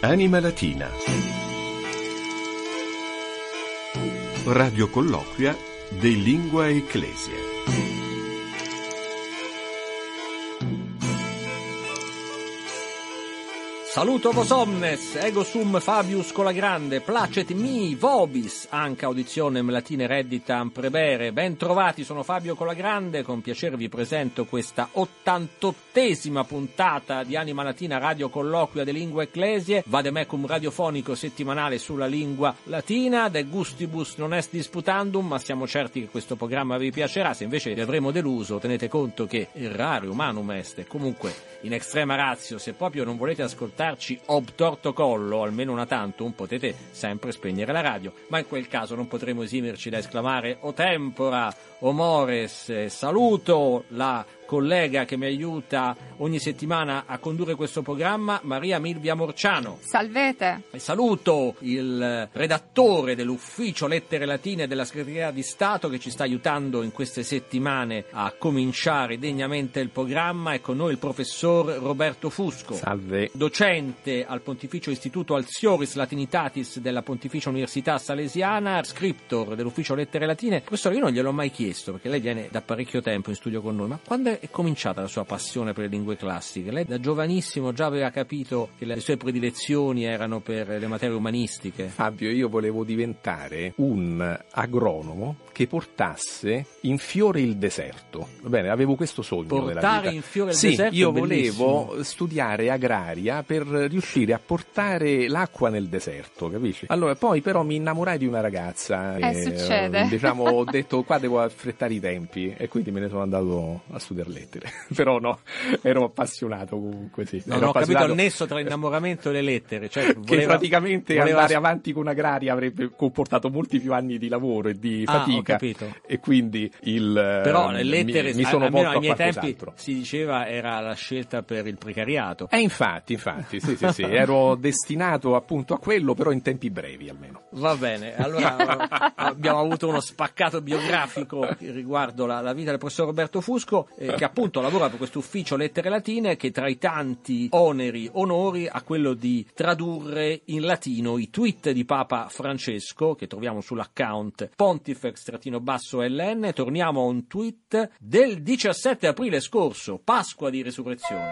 Anima Latina. Radio colloquia de Lingua Ecclesia. Saluto vos omnes, ego sum Fabius Colagrande, placet mi vobis, anca auditionem latine redditam prebere. Ben trovati, sono Fabio Colagrande, con piacere vi presento questa 88esima puntata di Anima Latina Radio Colloquia de Lingua Ecclesie, vademecum radiofonico settimanale sulla lingua latina, de gustibus non est disputandum, ma siamo certi che questo programma vi piacerà. Se invece vi avremo deluso, tenete conto che errare humanum est, comunque in extrema ratio, se proprio non volete ascoltarci ob torto collo, almeno una tantum, potete sempre spegnere la radio, ma in quel caso non potremo esimerci da esclamare o tempora, o mores. Saluto la collega che mi aiuta ogni settimana a condurre questo programma, Maria Milvia Morciano. Salvete. E saluto il redattore dell'ufficio Lettere Latine della Segreteria di Stato che ci sta aiutando in queste settimane a cominciare degnamente il programma. È con noi il professor Roberto Fusco. Salve. Docente al Pontificio Istituto Alcioris Latinitatis della Pontificia Università Salesiana, scriptor dell'ufficio Lettere Latine. Professore, io non gliel'ho mai chiesto, perché lei viene da parecchio tempo in studio con noi, ma quando è cominciata la sua passione per le lingue classiche? Lei da giovanissimo già aveva capito che le sue predilezioni erano per le materie umanistiche? Fabio, io volevo diventare un agronomo che portasse in fiore il deserto. Va bene, avevo questo sogno nella vita. Portare in fiore il deserto? Sì, io volevo studiare agraria per riuscire a portare l'acqua nel deserto, capisci? Allora, poi però mi innamorai di una ragazza e succede. Diciamo, ho detto qua devo affrettare i tempi e quindi me ne sono andato a studiare lettere. Però no, ero appassionato comunque, sì. Non ho capito il nesso tra l'innamoramento e le lettere. Cioè, che praticamente andare avanti con agraria avrebbe comportato molti più anni di lavoro e di fatica. Ho capito. E quindi però le lettere, mi sono almeno molto ai miei tempi altro. si diceva era la scelta per il precariato. Infatti, sì, ero destinato appunto a quello, però in tempi brevi almeno. Va bene, allora abbiamo avuto uno spaccato biografico riguardo la vita del professor Roberto Fusco, che appunto lavora per questo ufficio Lettere Latine, che tra i tanti onori ha quello di tradurre in latino i tweet di Papa Francesco, che troviamo sull'account pontifex_ln. Torniamo a un tweet del 17 aprile scorso, Pasqua di Resurrezione.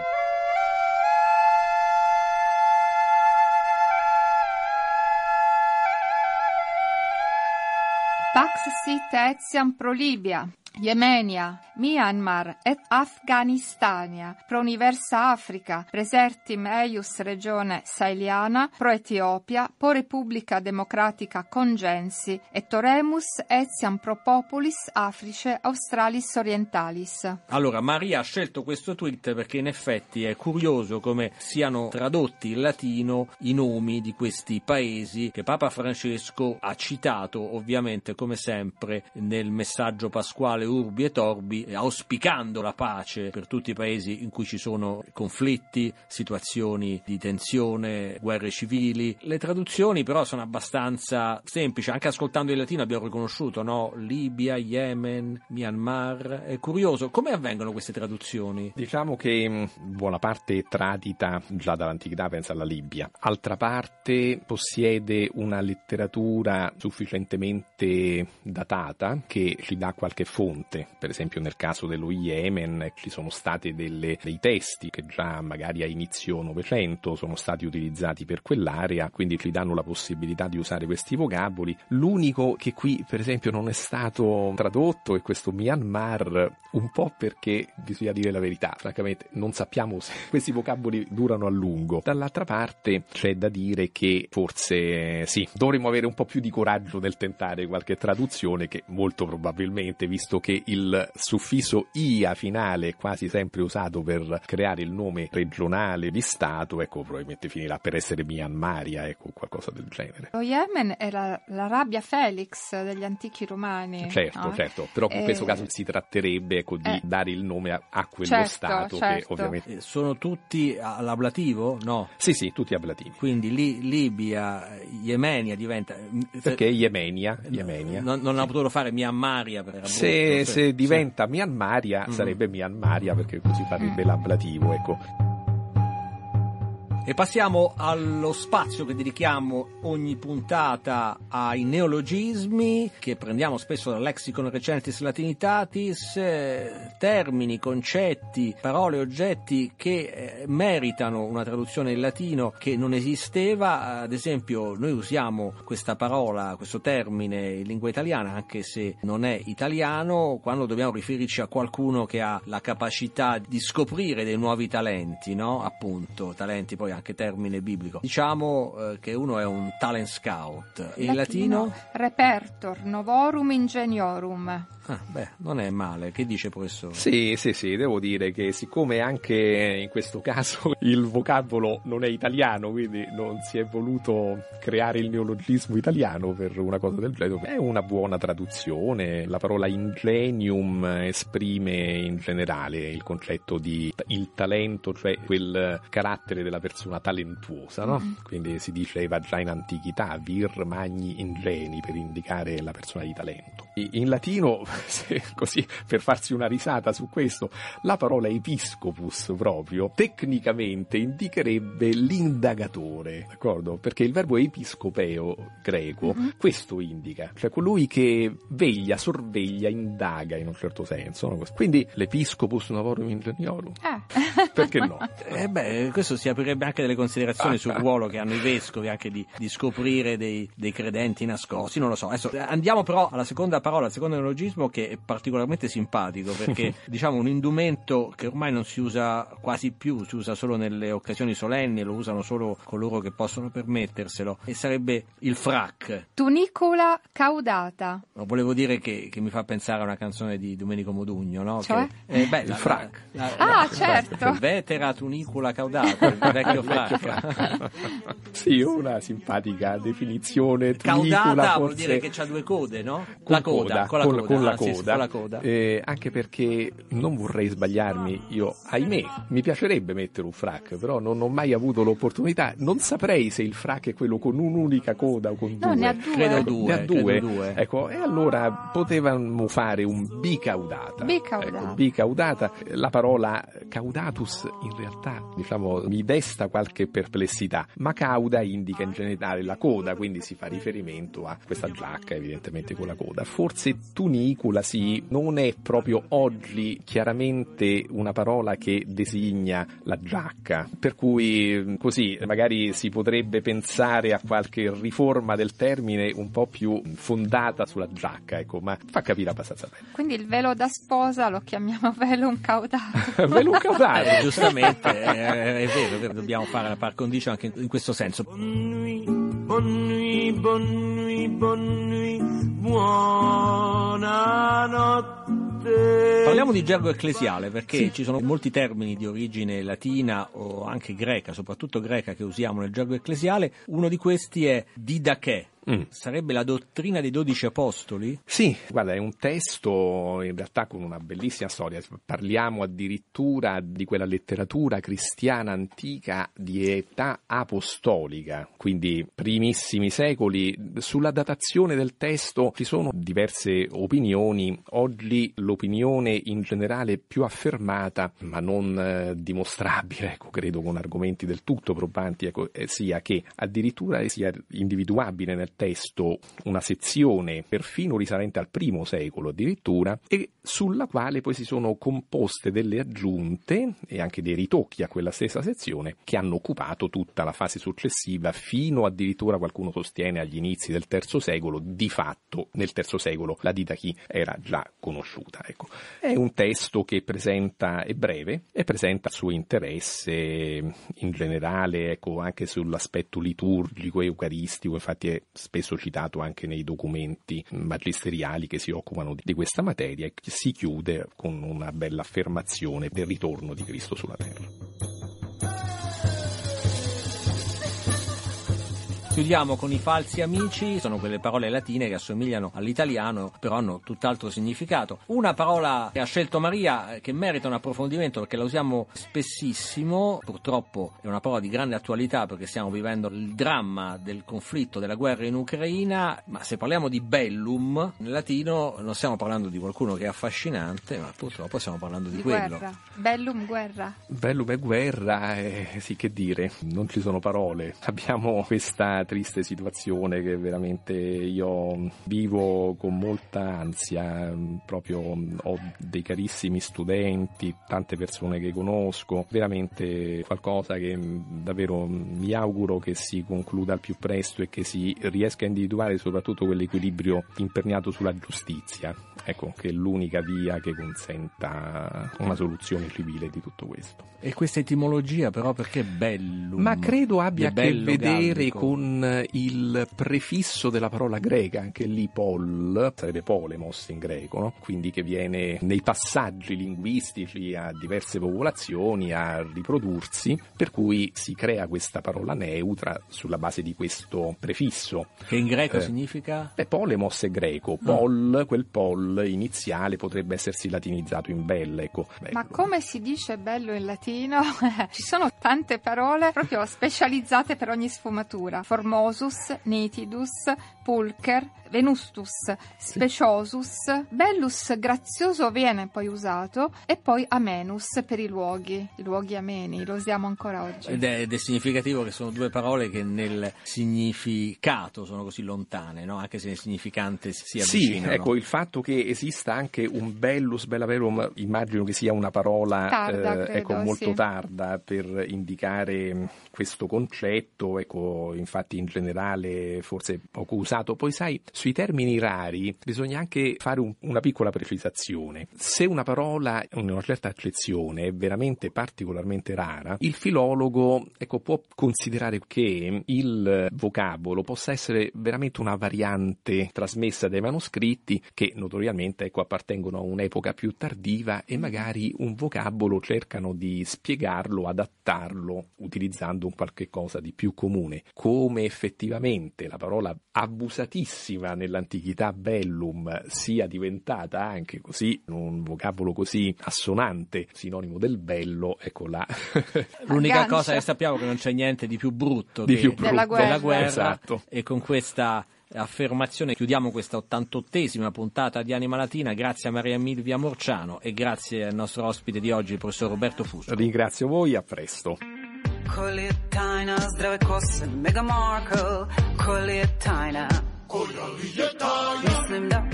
Pax sit etiam pro Libia, Yemenia, Myanmar et Afganistania, pro Universa Africa, presertim eius regione Sailiana, pro Etiopia, pro Repubblica Democratica Congensi, et oremus etiam pro populis Africe Australis Orientalis. Allora, Maria ha scelto questo tweet perché in effetti è curioso come siano tradotti in latino i nomi di questi paesi che Papa Francesco ha citato, ovviamente come sempre nel messaggio pasquale Urbi et Orbi, auspicando la pace per tutti i paesi in cui ci sono conflitti, situazioni di tensione, guerre civili. Le traduzioni però sono abbastanza semplici, anche ascoltando il latino abbiamo riconosciuto, no? Libia, Yemen, Myanmar. È curioso, come avvengono queste traduzioni? Diciamo che buona parte è tradita già dall'antichità, pensa alla Libia. Altra parte possiede una letteratura sufficientemente datata che ci dà qualche fonte. Per esempio nel caso dello Yemen ci sono stati dei testi che già magari a inizio Novecento sono stati utilizzati per quell'area, quindi ci danno la possibilità di usare questi vocaboli. L'unico che qui per esempio non è stato tradotto è questo Myanmar, un po' perché bisogna dire la verità, francamente non sappiamo se questi vocaboli durano a lungo. Dall'altra parte c'è da dire che forse sì, dovremmo avere un po' più di coraggio nel tentare qualche traduzione, che molto probabilmente, visto che il suffisso ia finale è quasi sempre usato per creare il nome regionale di Stato, ecco, probabilmente finirà per essere Myanmaria, ecco, qualcosa del genere. Lo Yemen era l'Arabia Felix degli antichi romani. Certo, no? certo, però in questo caso si tratterebbe, ecco, di dare il nome a quello Stato, che ovviamente... Sono tutti all'ablativo? No? Sì, tutti ablativi. Quindi Libia, Yemenia diventa... Perché Yemenia? Non ha potuto fare Myanmaria per se diventa Myanmaria sarebbe Myanmaria, perché così farebbe l'ablativo, ecco. E passiamo allo spazio che dedichiamo ogni puntata ai neologismi, che prendiamo spesso dal Lexicon Recentis Latinitatis, termini, concetti, parole, oggetti che meritano una traduzione in latino che non esisteva. Ad esempio, noi usiamo questa parola, questo termine in lingua italiana, anche se non è italiano, quando dobbiamo riferirci a qualcuno che ha la capacità di scoprire dei nuovi talenti, no? Appunto, talenti poi anche termine biblico. Diciamo che uno è un talent scout. In latino? Repertor novorum ingeniorum. Non è male. Che dice, professore? Sì, devo dire che siccome anche in questo caso il vocabolo non è italiano, quindi non si è voluto creare il neologismo italiano per una cosa del genere, è una buona traduzione. La parola ingenium esprime in generale il concetto di il talento, cioè quel carattere della persona talentuosa, no? Quindi si diceva già in antichità vir magni ingeni per indicare la persona di talento. In latino, così per farsi una risata su questo, la parola episcopus proprio tecnicamente indicherebbe l'indagatore, d'accordo? Perché il verbo episcopeo greco questo indica, cioè colui che veglia, sorveglia, indaga in un certo senso, no? Quindi l'episcopus novorum ingeniorum, perché no? Questo si aprirebbe anche delle considerazioni sul ruolo che hanno i vescovi, anche di scoprire dei credenti nascosti, non lo so. Adesso andiamo però alla seconda parola, al secondo neologismo, che è particolarmente simpatico, perché diciamo un indumento che ormai non si usa quasi più, si usa solo nelle occasioni solenni e lo usano solo coloro che possono permetterselo, e sarebbe il frac. Tunicula caudata. Volevo dire che mi fa pensare a una canzone di Domenico Modugno, no? Cioè? Il frac. Certo. Vetera tunicula caudata, il vecchio frac. Sì, una simpatica definizione. Caudata vuol dire che c'ha due code, no? Con la coda. Sì, anche perché non vorrei sbagliarmi, io ahimè mi piacerebbe mettere un frac, però non ho mai avuto l'opportunità, non saprei se il frac è quello con un'unica coda o con due. No, ne ha due. Credo due. Ecco, e allora potevamo fare un bicaudata. Ecco, bicaudata. La parola caudatus in realtà, diciamo, mi desta qualche perplessità, ma cauda indica in generale la coda, quindi si fa riferimento a questa giacca evidentemente con la coda. Forse tunicula sì, non è proprio oggi chiaramente una parola che designa la giacca, per cui così magari si potrebbe pensare a qualche riforma del termine un po' più fondata sulla giacca, ecco, ma fa capire abbastanza bene. Quindi il velo da sposa lo chiamiamo velum caudato. Velum caudato. Giustamente, è vero, dobbiamo fare la par condicio anche in questo senso. Bonne nuit, buonanotte. Parliamo di gergo ecclesiale, perché ci sono molti termini di origine latina o anche greca, soprattutto greca, che usiamo nel gergo ecclesiale. Uno di questi è didache. Sarebbe la dottrina dei 12 apostoli? Sì, guarda, è un testo in realtà con una bellissima storia. Parliamo addirittura di quella letteratura cristiana antica di età apostolica, quindi primissimi secoli. Sulla datazione del testo ci sono diverse opinioni. Oggi l'opinione in generale più affermata, ma non dimostrabile, ecco, credo con argomenti del tutto probanti, ecco, sia che addirittura sia individuabile nel testo una sezione perfino risalente al I secolo addirittura, e sulla quale poi si sono composte delle aggiunte e anche dei ritocchi a quella stessa sezione che hanno occupato tutta la fase successiva fino addirittura, qualcuno sostiene, agli inizi del III secolo. Di fatto nel III secolo la didachi era già conosciuta, ecco. È un testo che è breve e presenta il suo interesse in generale, ecco, anche sull'aspetto liturgico e eucaristico. Infatti è spesso citato anche nei documenti magisteriali che si occupano di questa materia, e si chiude con una bella affermazione del ritorno di Cristo sulla terra. Chiudiamo con i falsi amici, sono quelle parole latine che assomigliano all'italiano, però hanno tutt'altro significato. Una parola che ha scelto Maria, che merita un approfondimento perché la usiamo spessissimo, purtroppo è una parola di grande attualità perché stiamo vivendo il dramma del conflitto, della guerra in Ucraina, ma se parliamo di bellum, nel latino non stiamo parlando di qualcuno che è affascinante, ma purtroppo stiamo parlando di quello. Guerra. Bellum, guerra. Bellum è guerra, sì, che dire, non ci sono parole. Abbiamo questa triste situazione che veramente io vivo con molta ansia, proprio ho dei carissimi studenti, tante persone che conosco, veramente qualcosa che davvero mi auguro che si concluda al più presto e che si riesca a individuare soprattutto quell'equilibrio imperniato sulla giustizia, ecco, che è l'unica via che consenta una soluzione civile di tutto questo. E questa etimologia però perché bellum? Ma credo abbia a che vedere gallico. con il prefisso della parola greca, anche lì pol, sarebbe polemos in greco, no? Quindi che viene nei passaggi linguistici a diverse popolazioni a riprodursi, per cui si crea questa parola neutra sulla base di questo prefisso. Che in greco significa? Polemos è greco, pol, quel pol iniziale potrebbe essersi latinizzato in belle, ecco. Ma come si dice bello in latino? Ci sono tante parole proprio specializzate per ogni sfumatura. Formosus, nitidus, pulcher, venustus, speciosus. Bellus, grazioso, viene poi usato, e poi amenus per i luoghi ameni, lo usiamo ancora oggi. Ed è significativo che sono due parole che nel significato sono così lontane, no? Anche se nel significante si avvicinano. Sì, ecco, il fatto che esista anche un bellus, bella verum, immagino che sia una parola tarda, credo, molto sì. tarda per indicare questo concetto, ecco, infatti in generale forse poco usato. Poi sai, sui termini rari bisogna anche fare una piccola precisazione. Se una parola in una certa accezione è veramente particolarmente rara, il filologo, ecco, può considerare che il vocabolo possa essere veramente una variante trasmessa dai manoscritti che notoriamente, ecco, appartengono a un'epoca più tardiva e magari un vocabolo cercano di spiegarlo, adattarlo utilizzando un qualche cosa di più comune. Come effettivamente la parola abusatissima nell'antichità bellum sia diventata anche così un vocabolo così assonante, sinonimo del bello, ecco là. L'unica Aggancia. cosa che sappiamo è che non c'è niente di più brutto della guerra. Esatto. E con questa affermazione chiudiamo questa 88esima puntata di Anima Latina. Grazie a Maria Milvia Morciano e grazie al nostro ospite di oggi, il professor Roberto Fusco. Ringrazio voi, a presto. Kolik tajna, zdrave kose, Mega Markle. Kolik tajna, mislim da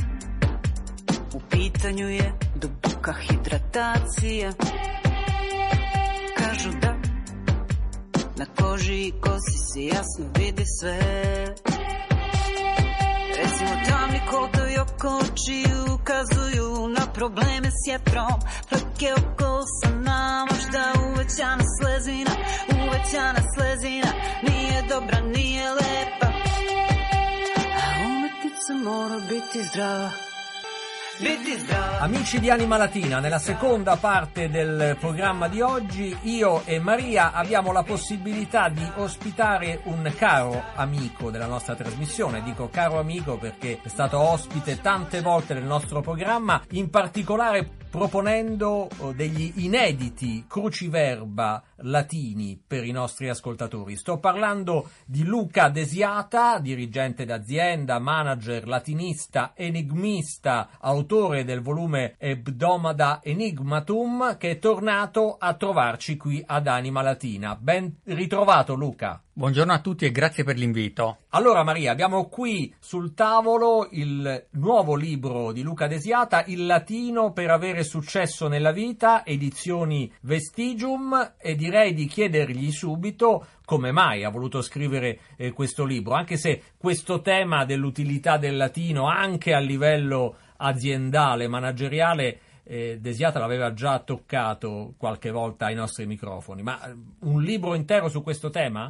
u pitanju je duboka hidratacija. Kažu da na koži i kosi se jasno vidi sve. Recimo tamni kotovi oko očiju ukazuju na probleme s jetrom. Plake oko sa nama, šta uvećana slezina nije dobra, nije lepa. A umetnica mora biti zdrava. Amici di Anima Latina, nella seconda parte del programma di oggi io e Maria abbiamo la possibilità di ospitare un caro amico della nostra trasmissione. Dico caro amico perché è stato ospite tante volte nel nostro programma, in particolare proponendo degli inediti cruciverba latini per i nostri ascoltatori. Sto parlando di Luca Desiata, dirigente d'azienda, manager, latinista, enigmista, autore del volume Hebdomada Enigmatum, che è tornato a trovarci qui ad Anima Latina. Ben ritrovato, Luca. Buongiorno a tutti e grazie per l'invito. Allora Maria, abbiamo qui sul tavolo il nuovo libro di Luca Desiata, Il latino per avere successo nella vita, edizioni Vestigium, e direi di chiedergli subito come mai ha voluto scrivere questo libro, anche se questo tema dell'utilità del latino anche a livello aziendale, manageriale, Desiata l'aveva già toccato qualche volta ai nostri microfoni, ma un libro intero su questo tema?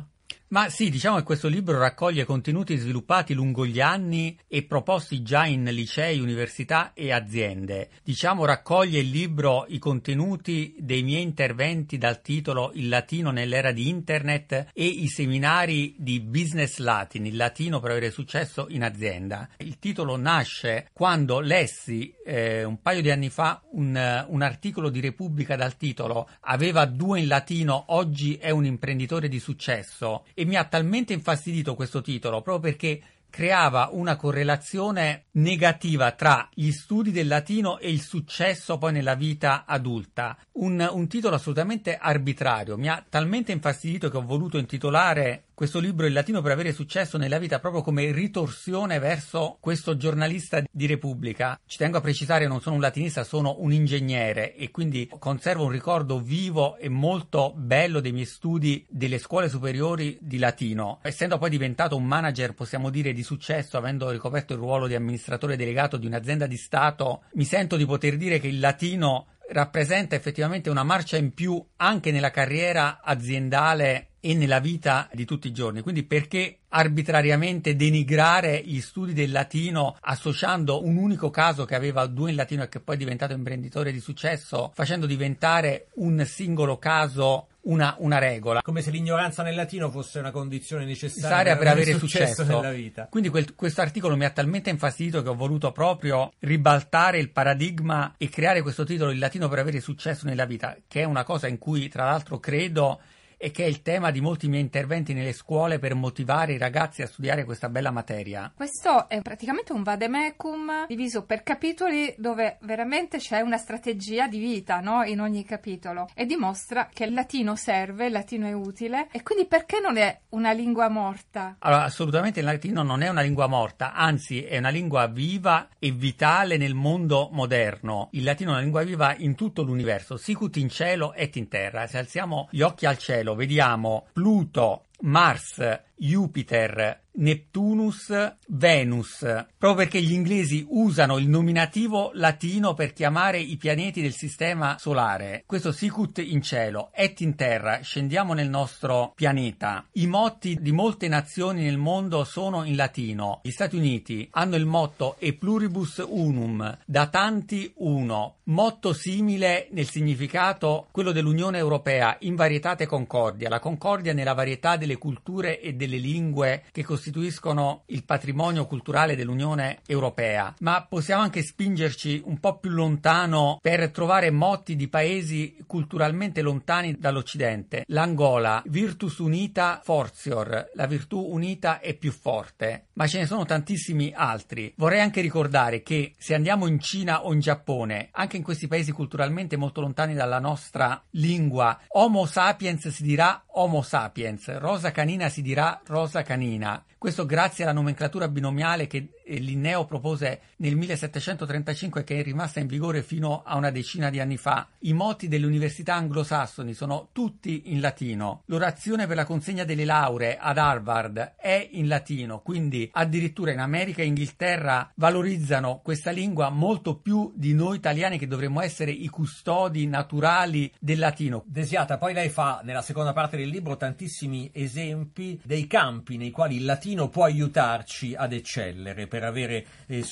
Ma sì, diciamo che questo libro raccoglie contenuti sviluppati lungo gli anni e proposti già in licei, università e aziende. Diciamo raccoglie il libro i contenuti dei miei interventi dal titolo Il latino nell'era di Internet e i seminari di Business Latin, il latino per avere successo in azienda. Il titolo nasce quando lessi un paio di anni fa un articolo di Repubblica dal titolo "Aveva 2 in latino, oggi è un imprenditore di successo", e mi ha talmente infastidito questo titolo proprio perché creava una correlazione negativa tra gli studi del latino e il successo poi nella vita adulta. Un titolo assolutamente arbitrario. Mi ha talmente infastidito che ho voluto intitolare questo libro Il latino per avere successo nella vita proprio come ritorsione verso questo giornalista di Repubblica. Ci tengo a precisare, non sono un latinista, sono un ingegnere e quindi conservo un ricordo vivo e molto bello dei miei studi delle scuole superiori di latino. Essendo poi diventato un manager, possiamo dire, di successo, avendo ricoperto il ruolo di amministratore delegato di un'azienda di Stato, mi sento di poter dire che il latino rappresenta effettivamente una marcia in più anche nella carriera aziendale e nella vita di tutti i giorni. Quindi perché arbitrariamente denigrare gli studi del latino associando un unico caso che aveva 2 in latino e che poi è diventato imprenditore di successo, facendo diventare un singolo caso una regola. Come se l'ignoranza nel latino fosse una condizione necessaria per avere successo nella vita. Quindi questo articolo mi ha talmente infastidito che ho voluto proprio ribaltare il paradigma e creare questo titolo Il latino per avere successo nella vita, che è una cosa in cui tra l'altro credo e che è il tema di molti miei interventi nelle scuole per motivare i ragazzi a studiare questa bella materia. Questo è praticamente un vademecum diviso per capitoli dove veramente c'è una strategia di vita, no? In ogni capitolo, e dimostra che il latino serve, il latino è utile, e quindi perché non è una lingua morta? Allora, assolutamente il latino non è una lingua morta, anzi è una lingua viva e vitale nel mondo moderno. Il latino è una lingua viva in tutto l'universo, sicut in cielo et in terra. Se alziamo gli occhi al cielo vediamo Pluto, Mars, Jupiter, Neptunus, Venus, proprio perché gli inglesi usano il nominativo latino per chiamare i pianeti del sistema solare. Questo sicut in cielo, et in terra, scendiamo nel nostro pianeta. I motti di molte nazioni nel mondo sono in latino. Gli Stati Uniti hanno il motto E pluribus unum, da tanti uno, motto simile nel significato quello dell'Unione Europea, in varietate concordia, la concordia nella varietà delle culture e delle lingue che costituiscono il patrimonio culturale dell'Unione Europea, ma possiamo anche spingerci un po' più lontano per trovare motti di paesi culturalmente lontani dall'Occidente. L'Angola, virtus unita fortior, la virtù unita è più forte, ma ce ne sono tantissimi altri. Vorrei anche ricordare che se andiamo in Cina o in Giappone, anche in questi paesi culturalmente molto lontani dalla nostra lingua, Homo sapiens si dirà Homo sapiens, rosa canina si dirà rosa canina. Questo grazie alla nomenclatura binomiale che Linneo propose nel 1735 e che è rimasta in vigore fino a una decina di anni fa. I motti delle università anglosassoni sono tutti in latino. L'orazione per la consegna delle lauree ad Harvard è in latino, quindi addirittura in America e Inghilterra valorizzano questa lingua molto più di noi italiani che dovremmo essere i custodi naturali del latino. Desiata, poi lei fa nella seconda parte del libro tantissimi esempi dei campi nei quali il latino può aiutarci ad eccellere, per avere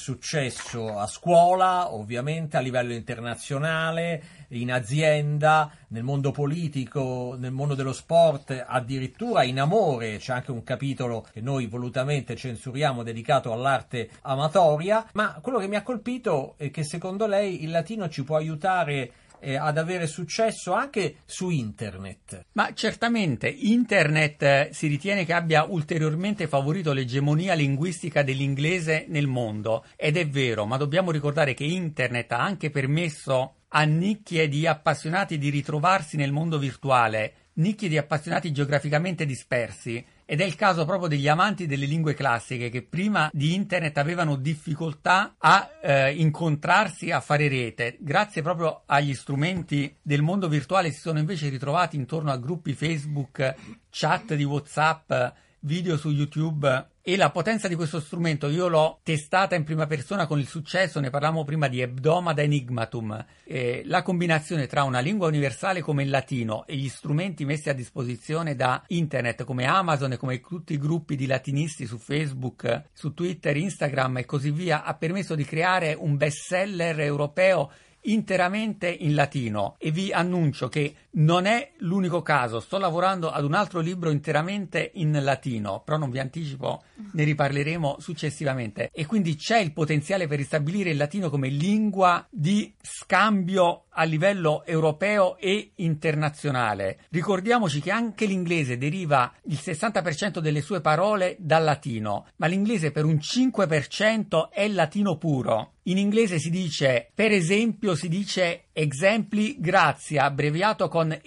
successo a scuola, ovviamente a livello internazionale, in azienda, nel mondo politico, nel mondo dello sport, addirittura in amore. C'è anche un capitolo che noi volutamente censuriamo dedicato all'arte amatoria, ma quello che mi ha colpito è che secondo lei il latino ci può aiutare ad avere successo anche su internet. Ma certamente internet si ritiene che abbia ulteriormente favorito l'egemonia linguistica dell'inglese nel mondo, ed è vero, ma dobbiamo ricordare che internet ha anche permesso a nicchie di appassionati di ritrovarsi nel mondo virtuale, nicchie di appassionati geograficamente dispersi. Ed è il caso proprio degli amanti delle lingue classiche che prima di internet avevano difficoltà a incontrarsi, a fare rete. Grazie proprio agli strumenti del mondo virtuale si sono invece ritrovati intorno a gruppi Facebook, chat di WhatsApp video su YouTube. E la potenza di questo strumento io l'ho testata in prima persona con il successo, ne parlavamo prima di Hebdomada Enigmatum. La combinazione tra una lingua universale come il latino e gli strumenti messi a disposizione da internet come Amazon e come tutti i gruppi di latinisti su Facebook, su Twitter, Instagram e così via ha permesso di creare un bestseller europeo interamente in latino, e vi annuncio che non è l'unico caso. Sto lavorando ad un altro libro interamente in latino, però non vi anticipo, ne riparleremo successivamente, e quindi c'è il potenziale per ristabilire il latino come lingua di scambio a livello europeo e internazionale. Ricordiamoci che anche l'inglese deriva il 60% delle sue parole dal latino, ma l'inglese per un 5% è latino puro. In inglese si dice, per esempio, si dice exempli grazie, abbreviato con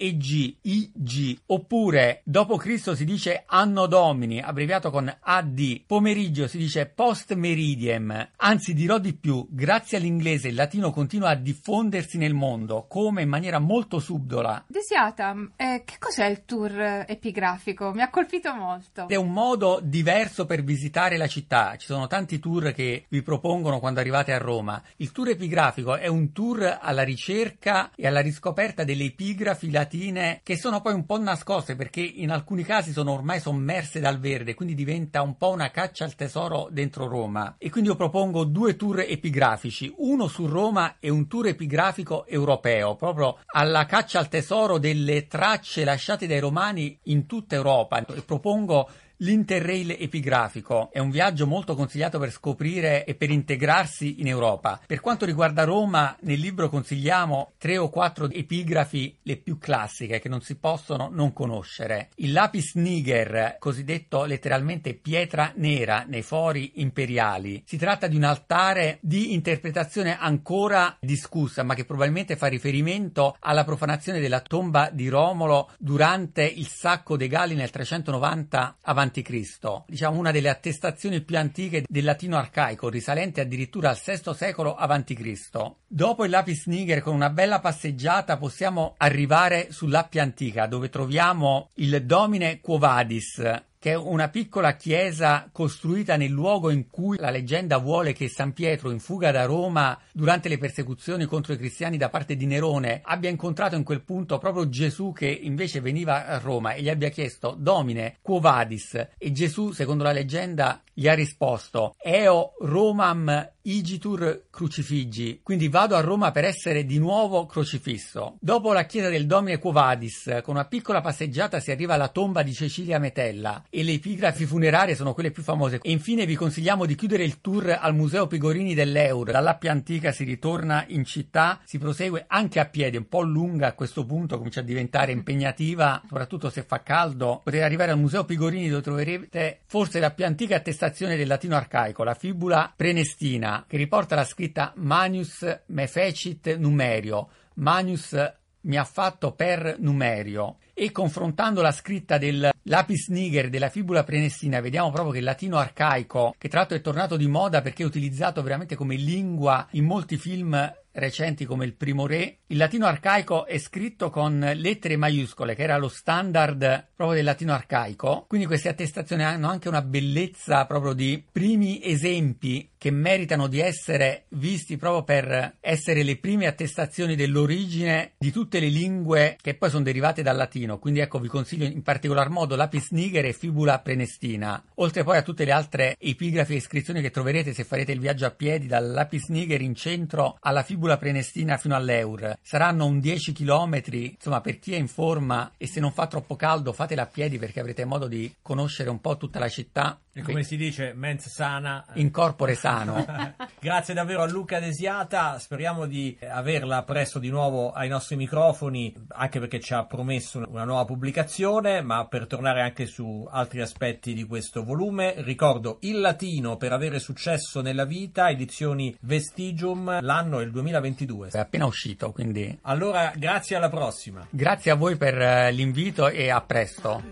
IG, oppure dopo Cristo si dice anno domini, abbreviato con AD, pomeriggio si dice post meridiem. Anzi, dirò di più, grazie all'inglese il latino continua a diffondersi nel mondo, come in maniera molto subdola. Desiata, che cos'è il tour epigrafico? Mi ha colpito molto. È un modo diverso per visitare la città. Ci sono tanti tour che vi propongono quando arrivate a Roma. Il tour epigrafico è un tour alla ricerca e alla riscoperta delle epigrafi latine, che sono poi un po' nascoste perché in alcuni casi sono ormai sommerse dal verde, quindi diventa un po' una caccia al tesoro dentro Roma. E quindi io propongo 2 tour epigrafici, uno su Roma e un tour epigrafico europeo, proprio alla caccia al tesoro delle tracce lasciate dai romani in tutta Europa. E propongo l'Interrail epigrafico. È un viaggio molto consigliato per scoprire e per integrarsi in Europa. Per quanto riguarda Roma, nel libro consigliamo 3 o 4 epigrafi, le più classiche, che non si possono non conoscere. Il lapis niger, cosiddetto letteralmente pietra nera nei fori imperiali. Si tratta di un altare di interpretazione ancora discussa, ma che probabilmente fa riferimento alla profanazione della tomba di Romolo durante il sacco dei Galli nel 390 a.C. Diciamo una delle attestazioni più antiche del latino arcaico, risalente addirittura al VI secolo a.C. Dopo il lapis niger, con una bella passeggiata possiamo arrivare sull'Appia Antica, dove troviamo il Domine Quo Vadis, che è una piccola chiesa costruita nel luogo in cui la leggenda vuole che San Pietro, in fuga da Roma durante le persecuzioni contro i cristiani da parte di Nerone, abbia incontrato in quel punto proprio Gesù, che invece veniva a Roma, e gli abbia chiesto Domine Quo Vadis, e Gesù, secondo la leggenda, gli ha risposto Eo Romam igitur crucifigi, quindi vado a Roma per essere di nuovo crocifisso. Dopo la chiesa del Domine Quo Vadis, con una piccola passeggiata si arriva alla tomba di Cecilia Metella, e le epigrafi funerarie sono quelle più famose. E infine vi consigliamo di chiudere il tour al Museo Pigorini dell'Eur. Dall'Appia Antica si ritorna in città, si prosegue anche a piedi, un po' lunga a questo punto, comincia a diventare impegnativa, soprattutto se fa caldo. Potete arrivare al Museo Pigorini, dove troverete forse la più antica attestazione del latino arcaico, la fibula prenestina, che riporta la scritta Manius me fecit numerio, Manius mi ha fatto per numerio. E confrontando la scritta del lapis niger della fibula prenestina vediamo proprio che il latino arcaico, che tra l'altro è tornato di moda perché è utilizzato veramente come lingua in molti film recenti come Il Primo Re, il latino arcaico è scritto con lettere maiuscole, che era lo standard proprio del latino arcaico. Quindi queste attestazioni hanno anche una bellezza proprio di primi esempi che meritano di essere visti proprio per essere le prime attestazioni dell'origine di tutte le lingue che poi sono derivate dal latino. Quindi ecco, vi consiglio in particolar modo lapis niger e fibula prenestina, oltre poi a tutte le altre epigrafi e iscrizioni che troverete se farete il viaggio a piedi dal lapis niger in centro alla fibula prenestina fino all'Eur. Saranno un 10 chilometri, insomma, per chi è in forma e se non fa troppo caldo fatela a piedi, perché avrete modo di conoscere un po' tutta la città. E come si dice, mens sana in corpore sano. Grazie davvero a Luca Desiata, speriamo di averla presto di nuovo ai nostri microfoni, anche perché ci ha promesso una nuova pubblicazione. Ma per tornare anche su altri aspetti di questo volume, ricordo Il latino per avere successo nella vita, edizioni Vestigium, l'anno è il 2022. È appena uscito, quindi. Allora, grazie, alla prossima. Grazie a voi per l'invito e a presto.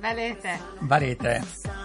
Valete.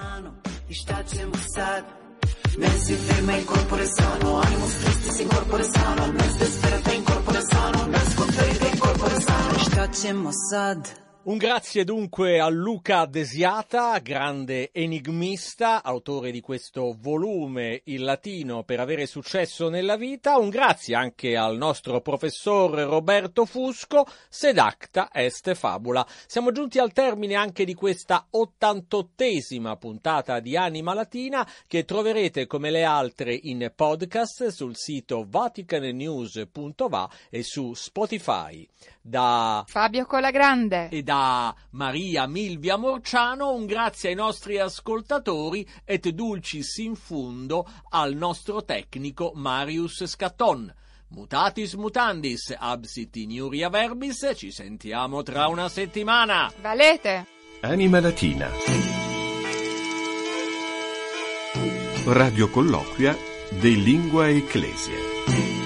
Istacemo sad, mesi ferma in corpore sano, animo tristis in corpore sano, mes desperata in corpore sano, mes conferita in corpore sano. Istacemo sad. Un grazie dunque a Luca Desiata, grande enigmista, autore di questo volume Il latino per avere successo nella vita. Un grazie anche al nostro professor Roberto Fusco, sed acta est fabula. Siamo giunti al termine anche di questa 88esima puntata di Anima Latina, che troverete come le altre in podcast sul sito vaticannews.va e su Spotify. Da Fabio Colagrande e da Maria Milvia Morciano un grazie ai nostri ascoltatori et dulcis in fundo al nostro tecnico Marius Scatton. Mutatis mutandis, absit in iuria verbis, ci sentiamo tra una settimana. Valete Anima Latina. Radio colloquia de Lingua Ecclesia.